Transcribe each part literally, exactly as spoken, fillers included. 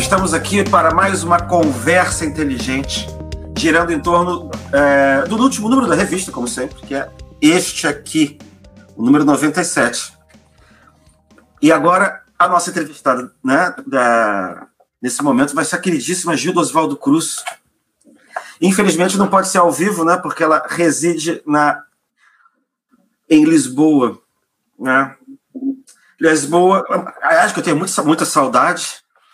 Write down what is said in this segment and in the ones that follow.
estamos aqui para mais uma conversa inteligente, girando em torno é, do último número da revista, como sempre, que é este aqui, o número noventa e sete. E agora, a nossa entrevistada, né, da, nesse momento, vai ser a queridíssima Gilda Oswaldo Cruz. Infelizmente, não pode ser ao vivo, né, porque ela reside na, em Lisboa, né? Lisboa, aliás, que eu tenho muita, muita saudade,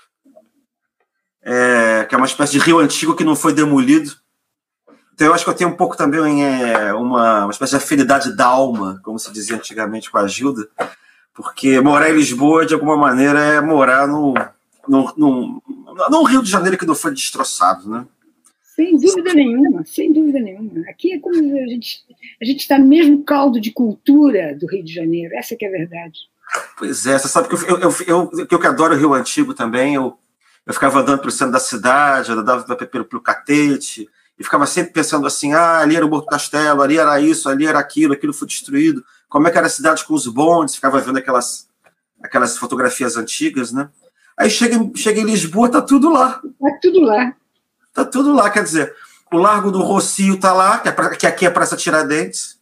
é, que é uma espécie de rio antigo que não foi demolido. Então eu acho que eu tenho um pouco também é, uma, uma espécie de afinidade da alma, como se dizia antigamente com a Gilda, porque morar em Lisboa, de alguma maneira, é morar no, no, no, num Rio de Janeiro que não foi destroçado, né? Sem dúvida nenhuma, sem dúvida nenhuma. Aqui é como a gente a gente está no mesmo caldo de cultura do Rio de Janeiro, essa que é a verdade. Pois é, você sabe que eu, eu, eu, eu, eu que adoro o Rio Antigo também, eu, eu ficava andando pelo centro da cidade, eu andava pelo, pelo Catete, e ficava sempre pensando assim, ah, ali era o Morro do Castelo, ali era isso, ali era aquilo, aquilo foi destruído, como é que era a cidade com os bondes, ficava vendo aquelas, aquelas fotografias antigas, né? Aí chega, chega em Lisboa, tá tudo lá. Tá tudo lá. Tá tudo lá, quer dizer, o Largo do Rocio tá lá, que, é pra, que aqui é Praça Tiradentes,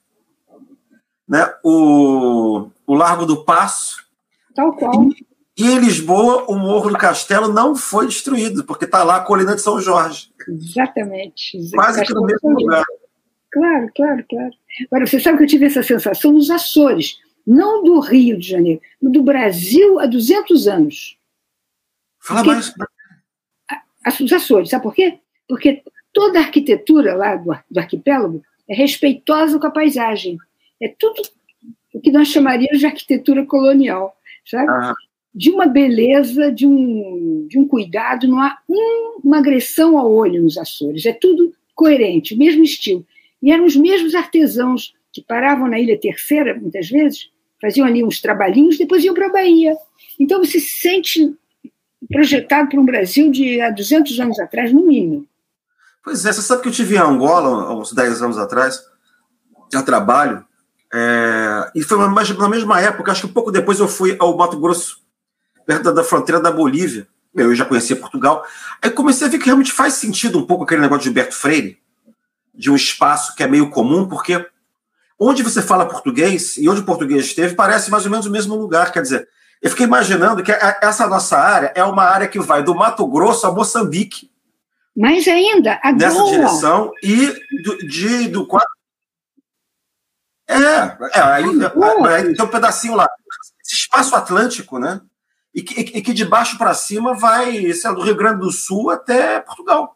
né? o, o Largo do Paço. Tal qual. E, e em Lisboa, o Morro do Castelo não foi destruído, porque tá lá a Colina de São Jorge. Exatamente. Quase que no mesmo lugar. Claro, claro, claro. Agora, você sabe que eu tive essa sensação nos Açores, não do Rio de Janeiro, mas do Brasil há duzentos anos. Fala porque, mais. A, os Açores, sabe por quê? Porque toda a arquitetura lá do, do arquipélago é respeitosa com a paisagem. É tudo o que nós chamaríamos de arquitetura colonial, sabe? Ah. De uma beleza, de um, de um cuidado, não há um, uma agressão ao olho nos Açores, é tudo coerente, o mesmo estilo. E eram os mesmos artesãos que paravam na Ilha Terceira, muitas vezes, faziam ali uns trabalhinhos, depois iam para a Bahia. Então você se sente projetado para um Brasil de há duzentos anos atrás, no mínimo. Pois é, você sabe que eu tive em Angola, há uns dez anos atrás, a trabalho, é, e foi na mesma época, acho que um pouco depois eu fui ao Mato Grosso, perto da fronteira da Bolívia. Eu já conhecia Portugal. Aí comecei a ver que realmente faz sentido um pouco aquele negócio de Gilberto Freire, de um espaço que é meio comum, porque onde você fala português e onde o português esteve parece mais ou menos o mesmo lugar. Quer dizer, eu fiquei imaginando que essa nossa área é uma área que vai do Mato Grosso a Moçambique. Mais ainda, a nessa Goa. direção e do, de, do quadro. É, é aí, aí tem um pedacinho lá. Esse espaço atlântico, né? E que, e que de baixo para cima vai, sei lá, do Rio Grande do Sul até Portugal.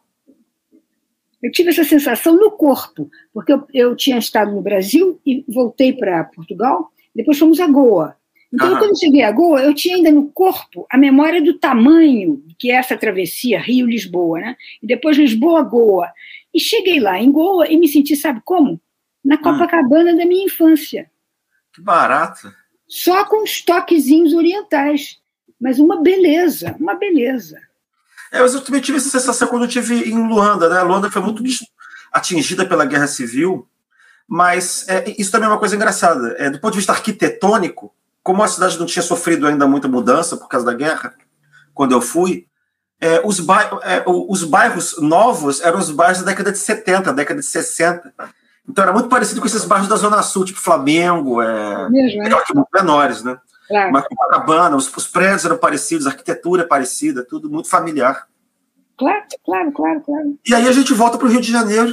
Eu tive essa sensação no corpo, porque eu, eu tinha estado no Brasil e voltei para Portugal, depois fomos a Goa. Então, Aham. quando cheguei a Goa, eu tinha ainda no corpo a memória do tamanho que é essa travessia Rio-Lisboa, né? E depois Lisboa-Goa. E cheguei lá em Goa e me senti, sabe como? Na Copacabana hum. da minha infância. Que barato. Só com os toquezinhos orientais. Mas uma beleza, uma beleza. É, mas eu também tive essa sensação quando eu estive em Luanda, né? Luanda foi muito atingida pela Guerra Civil, mas é, isso também é uma coisa engraçada. É, do ponto de vista arquitetônico, como a cidade não tinha sofrido ainda muita mudança por causa da guerra, quando eu fui, é, os, bairros, é, os bairros novos eram os bairros da década de setenta, década de sessenta. Então era muito parecido com esses bairros da Zona Sul, tipo Flamengo, é, Mesmo, é. É, muito menores, né? Claro. Mas Copacabana, os, os prédios eram parecidos, a arquitetura é parecida, tudo muito familiar. Claro, claro, claro, claro. E aí a gente volta para o Rio de Janeiro,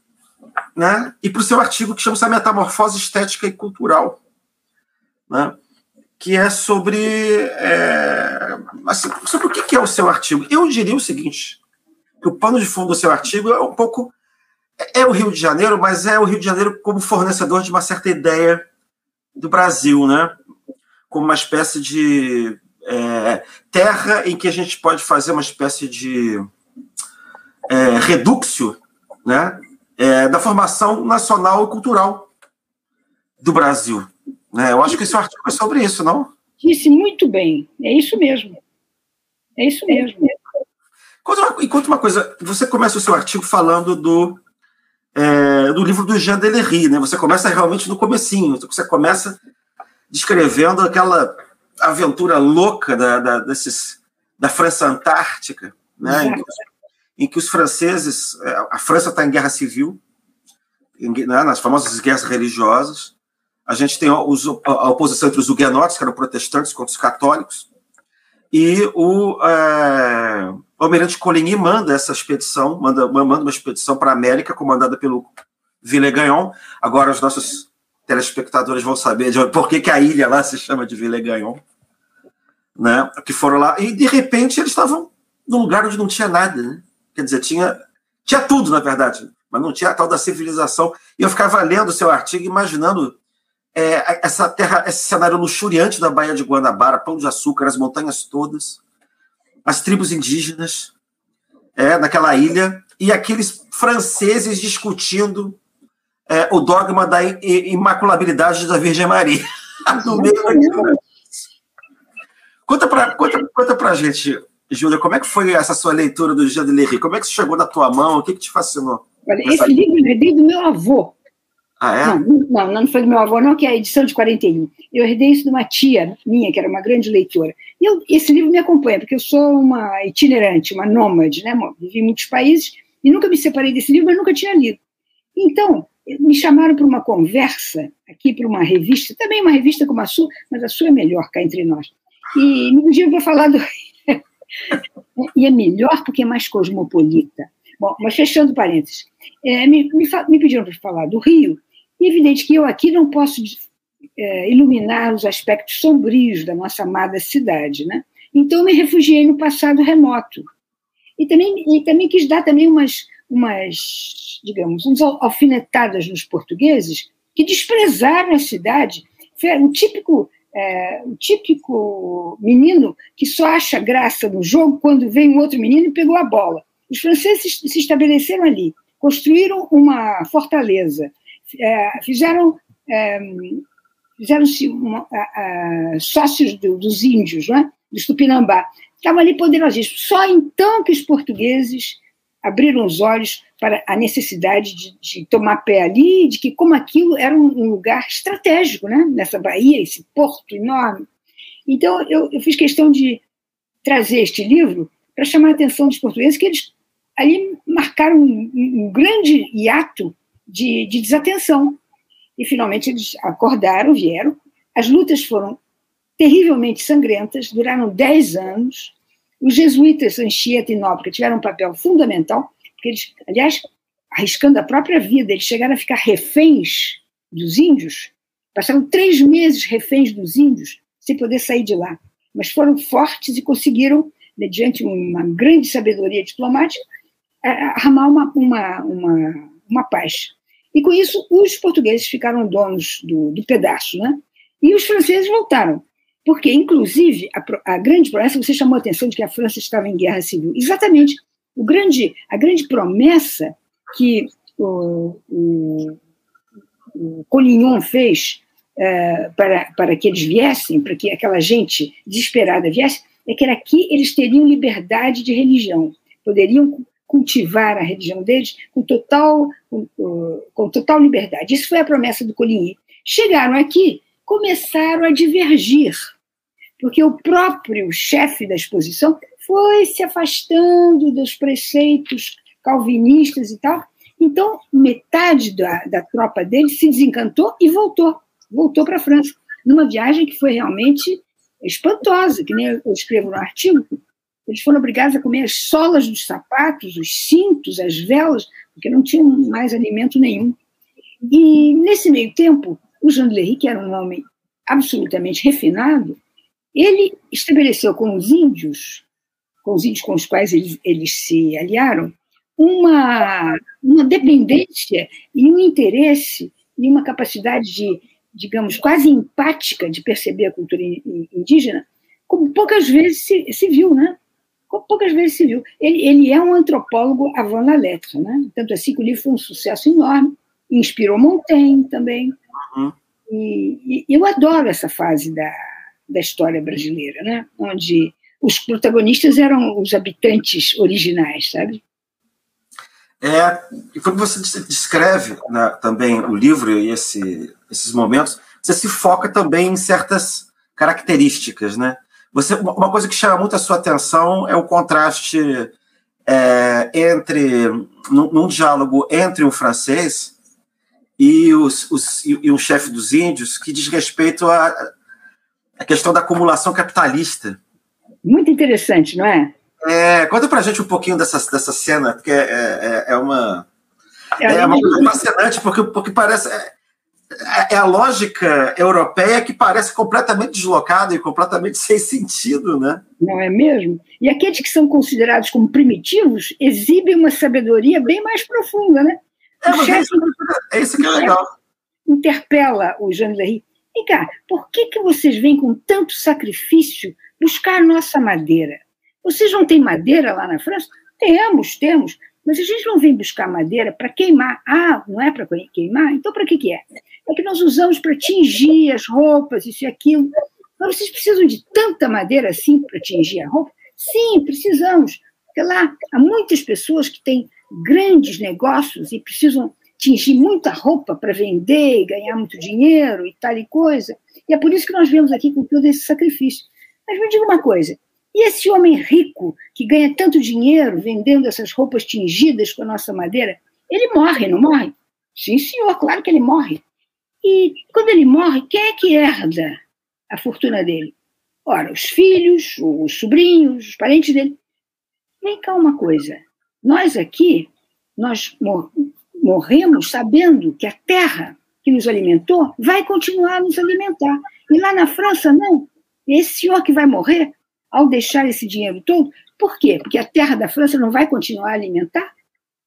né? E para o seu artigo que chama-se A Metamorfose Estética e Cultural, né? Que é sobre, é, assim, sobre o que é o seu artigo. Eu diria o seguinte, que o pano de fundo do seu artigo é um pouco... É o Rio de Janeiro, mas é o Rio de Janeiro como fornecedor de uma certa ideia do Brasil, né? Como uma espécie de é, terra em que a gente pode fazer uma espécie de é, redúxio, né? É, da formação nacional e cultural do Brasil. É, eu acho que esse artigo é sobre isso, não? Disse muito bem. É isso mesmo. É isso mesmo. E conta uma coisa. Você começa o seu artigo falando do, é, do livro do Jean Delery, né? Você começa realmente no comecinho. Você começa descrevendo aquela aventura louca da, da, desses, da França Antártica, né, em que, em que os franceses, a França está em guerra civil, em, né, nas famosas guerras religiosas. A gente tem os, a oposição entre os huguenotes, que eram protestantes, contra os católicos, e o, é, o almirante Coligny manda essa expedição, manda, manda uma expedição para a América, comandada pelo Villegagnon. Agora os nossos telespectadores vão saber de por que, que a ilha lá se chama de Villegagnon, né? Que foram lá, e de repente eles estavam num lugar onde não tinha nada, né? Quer dizer, tinha, tinha tudo, na verdade, mas não tinha a tal da civilização. E eu ficava lendo o seu artigo, imaginando é, essa terra, esse cenário luxuriante da Baía de Guanabara, Pão de Açúcar, as montanhas todas, as tribos indígenas, é, naquela ilha, e aqueles franceses discutindo é, o dogma da imaculabilidade da Virgem Maria. No meio daquilo. Conta para conta, conta pra gente, Júlia, como é que foi essa sua leitura do Jean de Lery? Como é que isso chegou na tua mão? O que, que te fascinou? Olha, esse livro eu herdei do meu avô. Ah, é? Não, não, não foi do meu avô, não, que é a edição de quarenta e um. Eu herdei isso de uma tia minha, que era uma grande leitora. E eu, esse livro me acompanha, porque eu sou uma itinerante, uma nômade, né? Vivi em muitos países e nunca me separei desse livro, mas nunca tinha lido. Então, me chamaram para uma conversa, aqui para uma revista, também uma revista como a sua, mas a sua é melhor cá entre nós. E me pediram para falar do... e é melhor porque é mais cosmopolita. Bom, mas fechando parênteses, é, me, me, me pediram para falar do Rio, e é evidente que eu aqui não posso é, iluminar os aspectos sombrios da nossa amada cidade, né? Então eu me refugiei no passado remoto. E também, e também quis dar também umas, umas, digamos, umas alfinetadas nos portugueses que desprezaram a cidade. Um típico, é, um típico menino que só acha graça no jogo quando vem um outro menino e pegou a bola. Os franceses se estabeleceram ali, construíram uma fortaleza, é, fizeram, é, fizeram-se uma, a, a, sócios do, dos índios, não é? Dos Tupinambá. Estavam ali poderosíssimos. Só então que os portugueses abriram os olhos para a necessidade de, de tomar pé ali, de que como aquilo era um, um lugar estratégico, né? Nessa baía, esse porto enorme. Então, eu, eu fiz questão de trazer este livro para chamar a atenção dos portugueses, que eles ali marcaram um, um grande hiato de, de desatenção. E, finalmente, eles acordaram, vieram. As lutas foram terrivelmente sangrentas, duraram dez anos. Os jesuítas Anchieta e Nóbrega tiveram um papel fundamental, porque eles, aliás, arriscando a própria vida, eles chegaram a ficar reféns dos índios, passaram três meses reféns dos índios, sem poder sair de lá. Mas foram fortes e conseguiram, mediante uma grande sabedoria diplomática, armar uma, uma, uma, uma paz. E, com isso, os portugueses ficaram donos do, do pedaço, né? E os franceses voltaram. Porque, inclusive, a, a grande promessa, você chamou a atenção de que a França estava em guerra civil. Exatamente. O grande, a grande promessa que o, o, o Coligny fez é, para, para que eles viessem, para que aquela gente desesperada viesse, é que era aqui eles teriam liberdade de religião, poderiam cultivar a religião deles com total, com, com total liberdade. Isso foi a promessa do Coligny. Chegaram aqui, começaram a divergir, porque o próprio chefe da exposição foi se afastando dos preceitos calvinistas e tal. Então, metade da, da tropa dele se desencantou e voltou, voltou para a França, numa viagem que foi realmente espantosa, que nem eu escrevo no artigo. Eles foram obrigados a comer as solas dos sapatos, os cintos, as velas, porque não tinham mais alimento nenhum. E, nesse meio tempo, o Jean de Lery, que era um homem absolutamente refinado, ele estabeleceu com os índios, com os índios com os quais eles, eles se aliaram, uma, uma dependência e um interesse e uma capacidade de, digamos, quase empática de perceber a cultura indígena, como poucas vezes se, se viu, né? Como poucas vezes se viu. Ele, ele é um antropólogo avant la lettre, né? Tanto assim que o livro foi um sucesso enorme, inspirou Montaigne também. Uhum. E, e eu adoro essa fase da, da história brasileira, né? Onde os protagonistas eram os habitantes originais, sabe? É, e quando você descreve, né, também o livro e esse, esses momentos, você se foca também em certas características, né? Você, uma coisa que chama muito a sua atenção é o contraste é, entre, num, num diálogo entre um francês e, os, os, e, e um chefe dos índios, que diz respeito à, à questão da acumulação capitalista. Muito interessante, não é? É, conta pra gente um pouquinho dessa, dessa cena, porque é, é, é uma, é, é uma coisa fascinante, porque, porque parece... É, é a lógica europeia que parece completamente deslocada e completamente sem sentido, né? Não é mesmo? E aqueles que são considerados como primitivos exibem uma sabedoria bem mais profunda, né? É, mas é, isso, é isso que é legal. Interpela o Jean Lery. Vem cá, por que, que vocês vêm com tanto sacrifício buscar nossa madeira? Vocês não têm madeira lá na França? Temos, temos. Mas a gente não vem buscar madeira para queimar. Ah, não é para queimar? Então para que, que é? É que nós usamos para tingir as roupas, isso e aquilo. Mas vocês precisam de tanta madeira assim para tingir a roupa? Sim, precisamos. Porque lá há muitas pessoas que têm grandes negócios e precisam tingir muita roupa para vender e ganhar muito dinheiro e tal e coisa. E é por isso que nós vemos aqui com todo esse sacrifício. Mas me diga uma coisa, e esse homem rico que ganha tanto dinheiro vendendo essas roupas tingidas com a nossa madeira, ele morre, não morre? Sim, senhor, claro que ele morre. E quando ele morre, quem é que herda a fortuna dele? Ora, os filhos, os sobrinhos, os parentes dele. Vem cá uma coisa, nós aqui, nós morremos sabendo que a terra que nos alimentou vai continuar a nos alimentar. E lá na França, não. Esse senhor que vai morrer, ao deixar esse dinheiro todo, por quê? Porque a terra da França não vai continuar a alimentar?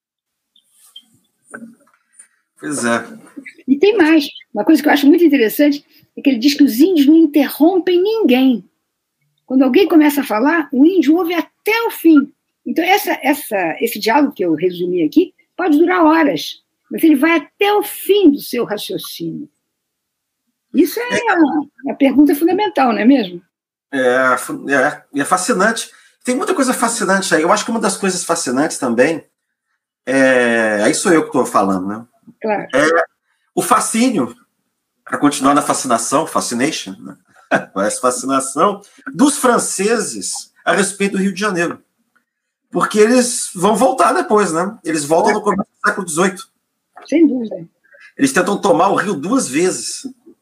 Pois é. E tem mais. Uma coisa que eu acho muito interessante é que ele diz que os índios não interrompem ninguém. Quando alguém começa a falar, o índio ouve até o fim. Então, essa, essa, esse diálogo que eu resumi aqui pode durar horas, mas ele vai até o fim do seu raciocínio. Isso é, é a, a pergunta fundamental, não é mesmo? É, é, é fascinante. Tem muita coisa fascinante aí. Eu acho que uma das coisas fascinantes também é... Aí sou eu que estou falando, né? Claro. É o fascínio, para continuar na fascinação, fascination, né? Essa fascinação dos franceses a respeito do Rio de Janeiro. Porque eles vão voltar depois, né? Eles voltam no começo do século dezoito. Sem dúvida. Eles tentam tomar o Rio duas vezes.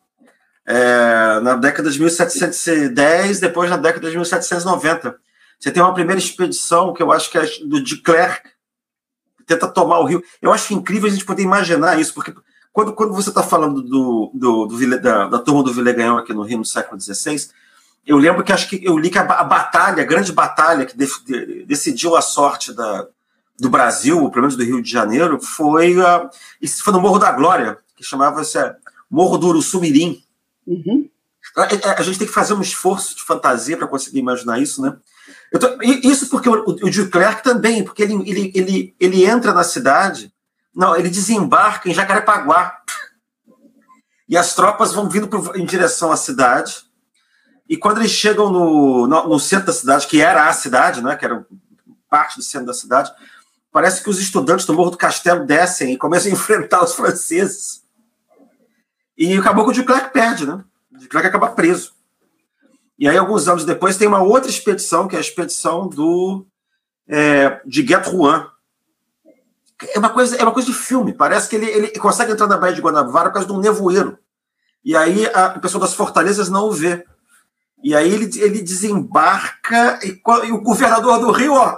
É, na década de mil setecentos e dez, depois na década de mil setecentos e noventa. Você tem uma primeira expedição, que eu acho que é do de Klerk, que tenta tomar o Rio. Eu acho incrível a gente poder imaginar isso, porque quando, quando você está falando do, do, do, da, da turma do Villegagnon aqui no Rio no século dezesseis, eu lembro que acho que eu li que a, a batalha, a grande batalha que de, de, decidiu a sorte da, do Brasil, pelo menos do Rio de Janeiro, foi, uh, isso foi no Morro da Glória, que chamava-se uh, Morro do Uruçumirim. Uhum. A, a gente tem que fazer um esforço de fantasia para conseguir imaginar isso, né? Eu tô, isso porque o, o de Klerk também, porque ele, ele, ele, ele entra na cidade, não, ele desembarca em Jacarepaguá. E as tropas vão vindo pro, em direção à cidade, e quando eles chegam no, no, no centro da cidade, que era a cidade, né, que era parte do centro da cidade, parece que os estudantes do Morro do Castelo descem e começam a enfrentar os franceses. E acabou que o de Klerk perde, né? O de Klerk acaba preso. E aí, alguns anos depois, tem uma outra expedição, que é a expedição do, é, de Guet-Rouen. É uma, coisa, é uma coisa de filme. Parece que ele, ele consegue entrar na Baía de Guanabara por causa de um nevoeiro. E aí, a, o pessoal das fortalezas não o vê. E aí, ele, ele desembarca e, e o governador do Rio, ó,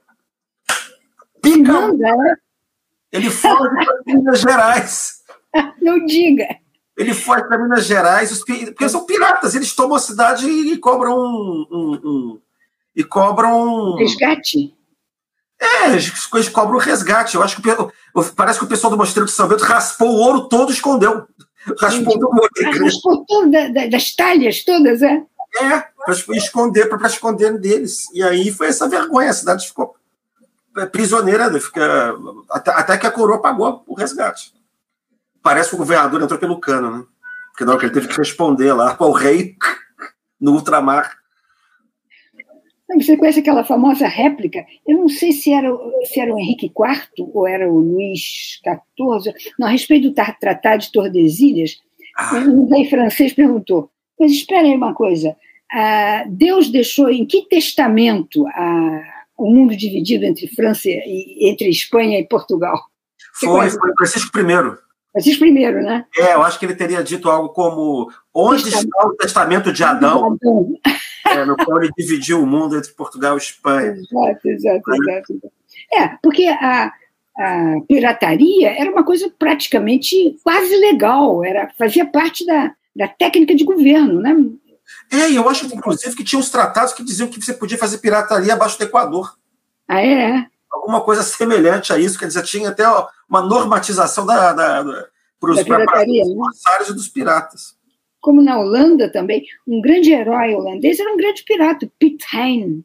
pica. Não, não. Ele foge para Minas Gerais. Não diga. Ele foge para Minas Gerais, porque são piratas, eles tomam a cidade e cobram um, um, um e cobram resgate. É, eles cobram o resgate. Eu acho que parece que o pessoal do Mosteiro de São Bento raspou o ouro todo e escondeu. Raspou o ouro. Raspou tudo das talhas todas, é? É, para esconder, para esconder deles. E aí foi essa vergonha, a cidade ficou prisioneira, fica, até, até que a coroa pagou o resgate. Parece que o governador entrou pelo cano, né? Porque não, que ele teve que responder lá ao rei no ultramar. Você conhece aquela famosa réplica? Eu não sei se era, se era o Henrique quarto ou era o Luís quatorze. Não, a respeito do Tratado de Tordesilhas, ah. um rei francês perguntou, mas espera aí uma coisa, ah, Deus deixou em que testamento ah, o mundo dividido entre França e entre Espanha e Portugal? Foi, foi Francisco primeiro. Francisco primeiro, né? É, eu acho que ele teria dito algo como: onde testamento. está o testamento de Adão? É, no qual ele dividiu o mundo entre Portugal e Espanha. Exato, exato, exato. É, porque a, a pirataria era uma coisa praticamente quase legal, era, fazia parte da, da técnica de governo, né? É, e eu acho, inclusive, que tinha uns tratados que diziam que você podia fazer pirataria abaixo do Equador. Ah, é? Alguma coisa semelhante a isso, quer dizer, tinha até uma normatização da, da, da, para os corsários e dos piratas. Como na Holanda também, um grande herói holandês era um grande pirata, Piet Hein.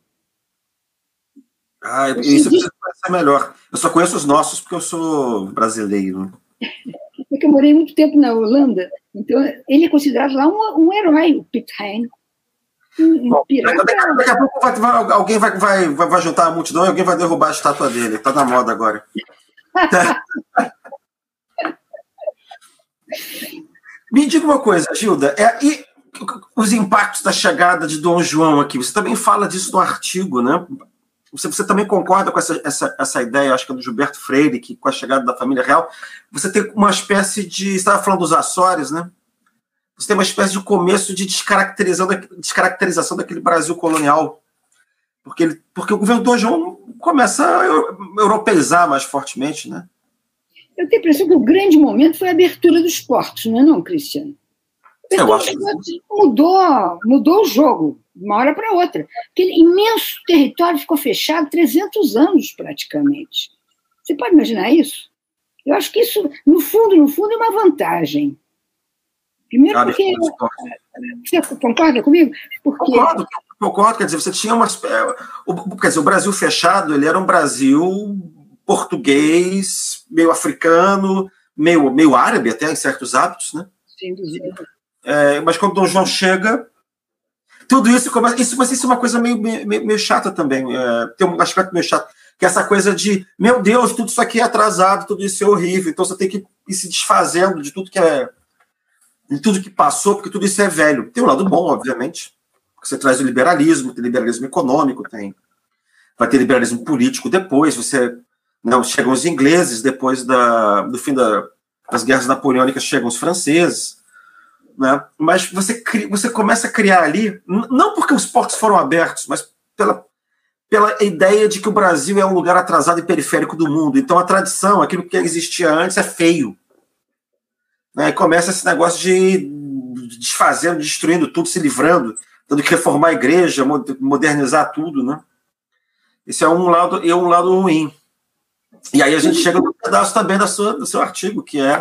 Ah, isso eu preciso conhecer melhor. Eu só conheço os nossos porque eu sou brasileiro. Porque eu morei muito tempo na Holanda, então ele é considerado lá um, um herói, o Piet Hein. Um, Bom, um pirata. Daqui, daqui a pouco vai, vai, alguém vai, vai, vai juntar a multidão e alguém vai derrubar a estátua dele. Está na moda agora. Me diga uma coisa, Gilda, é, e os impactos da chegada de Dom João aqui? Você também fala disso no artigo, né? Você, você também concorda com essa, essa, essa ideia, acho que é do Gilberto Freire, que com a chegada da família real, você tem uma espécie de... Você estava falando dos Açores, né? Você tem uma espécie de começo de descaracterização, descaracterização daquele Brasil colonial. Porque, ele, porque o governo Dom João começa a europeizar mais fortemente, né? Eu tenho a impressão que o grande momento foi a abertura dos portos, não é não, Cristiano? Eu acho que mudou, mudou o jogo, de uma hora para outra. Aquele imenso território ficou fechado trezentos anos, praticamente. Você pode imaginar isso? Eu acho que isso, no fundo, no fundo, é uma vantagem. Primeiro porque... Você concorda comigo? Porque... Concordo, concordo. Quer dizer, você tinha umas... Quer dizer, o Brasil fechado, ele era um Brasil português, meio africano, meio, meio árabe até, em certos hábitos, né? Sem dúvida. É, mas quando Dom João chega, tudo isso começa... Isso, mas isso é uma coisa meio, meio, meio chata também. É, tem um aspecto meio chato, que é essa coisa de, meu Deus, tudo isso aqui é atrasado, tudo isso é horrível, então você tem que ir se desfazendo de tudo que é... de tudo que passou, porque tudo isso é velho. Tem um lado bom, obviamente, porque você traz o liberalismo, tem liberalismo econômico, tem... vai ter liberalismo político depois, você... Não, chegam os ingleses, depois da, do fim da, das guerras napoleônicas chegam os franceses, né? Mas você, você começa a criar ali, não porque os portos foram abertos, mas pela, pela ideia de que o Brasil é um lugar atrasado e periférico do mundo. Então a tradição, aquilo que existia antes, é feio. Né? E começa esse negócio de desfazendo, destruindo tudo, se livrando, tendo que reformar a igreja, modernizar tudo, né? Esse é um lado, é um lado ruim. E aí a gente chega no pedaço também da sua, do seu artigo, que é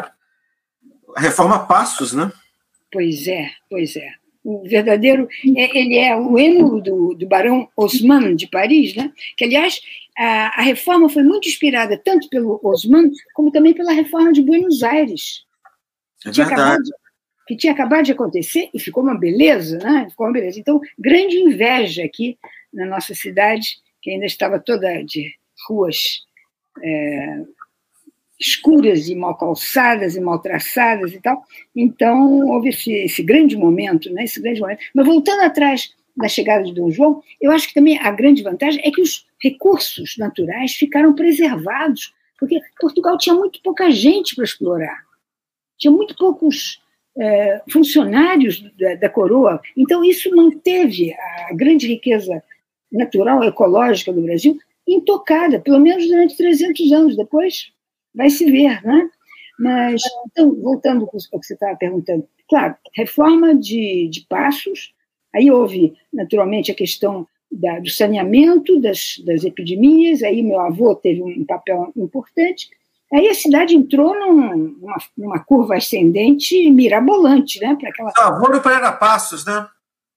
a reforma a passos, né? Pois é, pois é. O verdadeiro, ele é o êmulo do, do Barão Haussmann de Paris, né? Que, aliás, a, a reforma foi muito inspirada tanto pelo Haussmann, como também pela reforma de Buenos Aires. É tinha verdade. Acabado, que tinha acabado de acontecer e ficou uma beleza, né? Ficou uma beleza. Então, grande inveja aqui na nossa cidade, que ainda estava toda de ruas É, escuras e mal calçadas e mal traçadas e tal. Então, houve esse, esse grande momento, né, esse grande momento. Mas voltando atrás da chegada de Dom João, eu acho que também a grande vantagem é que os recursos naturais ficaram preservados, porque Portugal tinha muito pouca gente para explorar, tinha muito poucos é, funcionários da, da coroa, então isso manteve a grande riqueza natural, ecológica do Brasil intocada, pelo menos durante trezentos anos. Depois vai se ver, né? Mas, então, voltando ao que você estava perguntando, claro, reforma de, de passos, aí houve, naturalmente, a questão da, do saneamento das, das epidemias, aí meu avô teve um papel importante, aí a cidade entrou num, numa, numa curva ascendente mirabolante, né? Para aquela... Seu avô no Pereira Passos, né?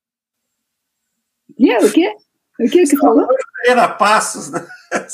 E o quê? O que você falou? Pereira Passos, né?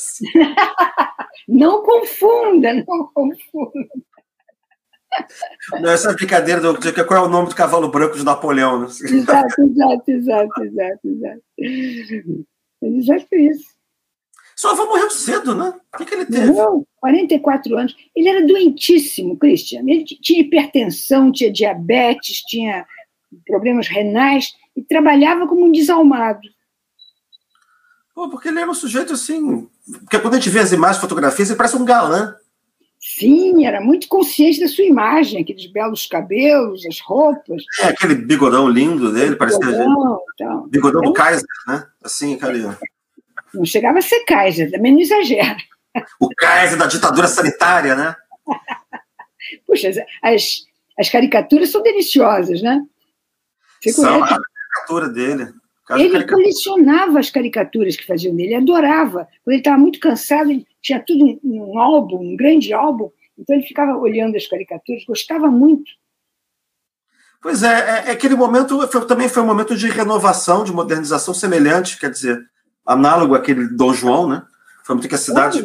Não confunda, não confunda. Não, essa brincadeira do de qual é o nome do cavalo branco de Napoleão. Né? Exato, exato, exato, exato, exato. Exato isso. Seu avô morreu cedo, né? O que, que ele teve? Morreu, quarenta e quatro anos. Ele era doentíssimo, Christian. Ele tinha hipertensão, tinha diabetes, tinha problemas renais. e trabalhava como um desalmado. Pô, porque ele era um sujeito assim... Porque quando a gente vê as imagens, fotografias, ele parece um galã. Sim, era muito consciente da sua imagem, aqueles belos cabelos, as roupas. É, aquele bigodão lindo dele, parece que bigodão, então. bigodão do Kaiser, né? Assim, aquele... Não chegava a ser Kaiser, também não exagera. O Kaiser da ditadura sanitária, né? Puxa, as, as caricaturas são deliciosas, né? Você São conhece? a caricatura dele. Ele Caricatura. colecionava as caricaturas que faziam dele, ele adorava. Quando ele estava muito cansado, ele tinha tudo em um álbum, um grande álbum, então ele ficava olhando as caricaturas, gostava muito. Pois é, é, é aquele momento foi, também foi um momento de renovação, de modernização semelhante, quer dizer, análogo àquele Dom João, né? Foi muito que a cidade...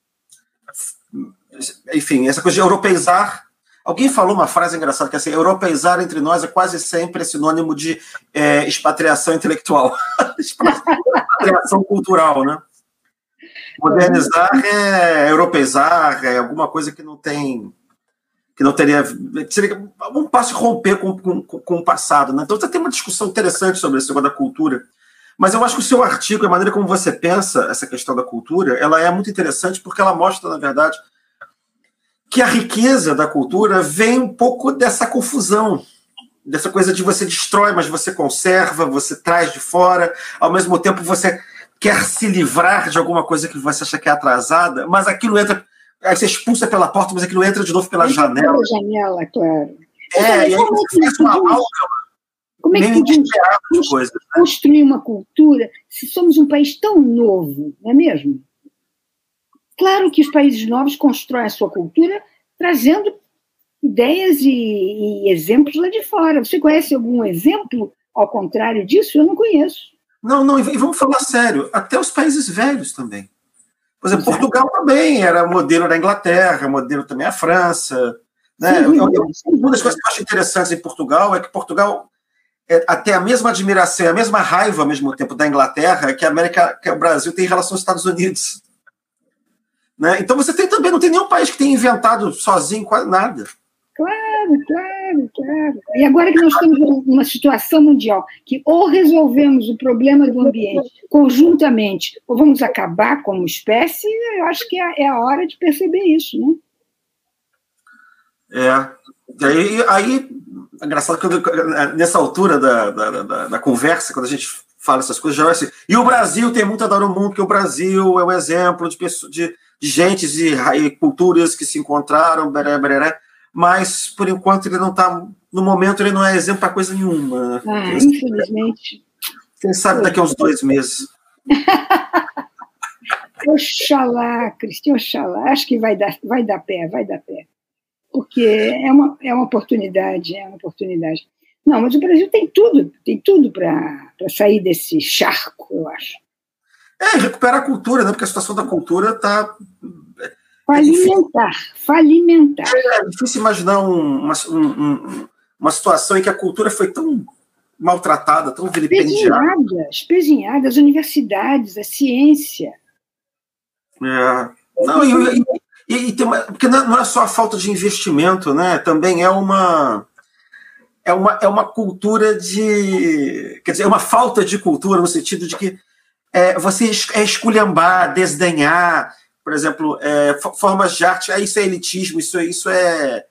Enfim, essa coisa de europeizar. Alguém falou uma frase engraçada, que é assim, europeizar entre nós é quase sempre sinônimo de é, expatriação intelectual. Expatriação cultural, né? Modernizar é europeizar, é alguma coisa que não tem... que não teria... seria um passo romper com, com, com o passado, né? Então você tem uma discussão interessante sobre esse negócio da cultura. Mas eu acho que o seu artigo, a maneira como você pensa essa questão da cultura, ela é muito interessante porque ela mostra, na verdade, que a riqueza da cultura vem um pouco dessa confusão, dessa coisa de você destrói, mas você conserva, você traz de fora, ao mesmo tempo você quer se livrar de alguma coisa que você acha que é atrasada, mas aquilo entra, aí você expulsa pela porta, mas aquilo entra de novo pela entra janela. Pela janela, claro. É, e aí você faz uma aula. Como é que podemos coisas, né? construir uma cultura se somos um país tão novo, não é mesmo? Claro que os países novos constroem a sua cultura trazendo ideias e, e exemplos lá de fora. Você conhece algum exemplo ao contrário disso? Eu não conheço. Não, não, e vamos falar sério, até os países velhos também. Por exemplo, Exato. Portugal também era modelo da Inglaterra, modelo também a França. Né? Sim, eu, eu, uma das coisas que eu acho interessantes em Portugal é que Portugal é até a mesma admiração, a mesma raiva ao mesmo tempo da Inglaterra que a América, que o Brasil tem em relação aos Estados Unidos. Né? Então você tem também, não tem nenhum país que tenha inventado sozinho quase nada. Claro, claro, claro. E agora que nós estamos numa situação mundial que ou resolvemos o problema do ambiente conjuntamente ou vamos acabar como espécie, eu acho que é a hora de perceber isso, né? É. Aí, aí é engraçado que nessa altura da, da, da, da conversa, quando a gente fala essas coisas, já vai assim, e o Brasil tem muito a dar no mundo, porque o Brasil é um exemplo de, pessoas, de, de gentes e, e culturas que se encontraram, beré, beré, mas, por enquanto, ele não está... No momento, ele não é exemplo para coisa nenhuma. Ah, quem infelizmente. Quem sabe daqui a uns dois meses. Oxalá, Cristina, oxalá. Acho que vai dar, vai dar pé, vai dar pé. Porque é uma, é uma oportunidade, é uma oportunidade. Não, mas o Brasil tem tudo, tem tudo para sair desse charco, eu acho. É, recuperar a cultura, né? Porque a situação da cultura está... Falimentar, é falimentar. É difícil imaginar um, uma, um, uma situação em que a cultura foi tão maltratada, tão vilipendiada. Espezinhada, espezinhada, as universidades, a ciência. É. Não, e, e, e, e tem uma, porque não é só a falta de investimento, né? Também é uma... É uma, é uma cultura de... Quer dizer, é uma falta de cultura no sentido de que é, você é esculhambar, desdenhar, por exemplo, é, formas de arte, isso é elitismo, isso, isso é,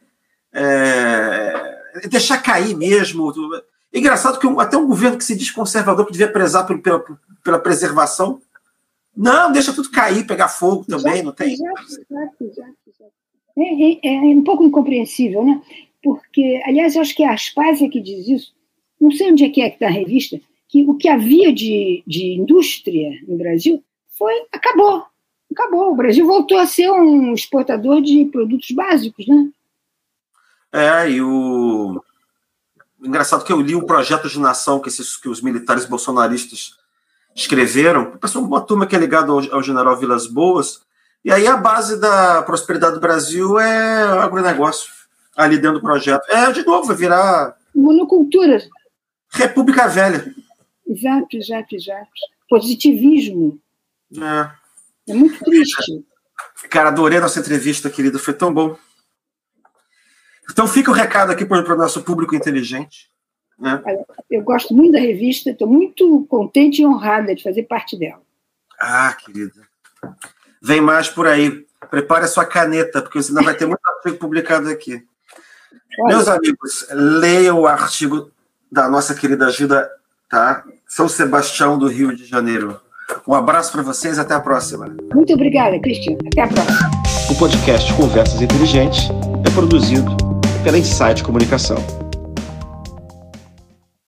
é deixar cair mesmo. É engraçado que um, até um governo que se diz conservador, que devia prezar pela, pela, pela preservação, não, deixa tudo cair, pegar fogo também, exato, não tem? Exato, exato, exato. É, é, é um pouco incompreensível, né? Porque, aliás, eu acho que a Aspásia que diz isso, não sei onde é que é que está a revista, que o que havia de, de indústria no Brasil foi, acabou. Acabou. O Brasil voltou a ser um exportador de produtos básicos, né? É, e o... Engraçado que eu li o projeto de nação que, esses, que os militares bolsonaristas escreveram, pessoal, uma turma que é ligada ao, ao general Vilas Boas, e aí a base da prosperidade do Brasil é agronegócio, ali dentro do projeto. É, de novo, vai virar... Monocultura. República Velha. Exato, exato, exato. Positivismo. É. É muito triste. Cara, adorei a nossa entrevista, querida, foi tão bom. Então fica o recado aqui para o nosso público inteligente. Né? Eu gosto muito da revista, estou muito contente e honrada de fazer parte dela. Ah, querida. Vem mais por aí. Prepare a sua caneta, porque você ainda vai ter muito artigo publicado aqui. Olha. Meus amigos, leiam o artigo da nossa querida Gilda, tá? São Sebastião, do Rio de Janeiro. Um abraço para vocês, até a próxima. Muito obrigada, Cristina. Até a próxima. O podcast Conversas Inteligentes é produzido pela Insight Comunicação.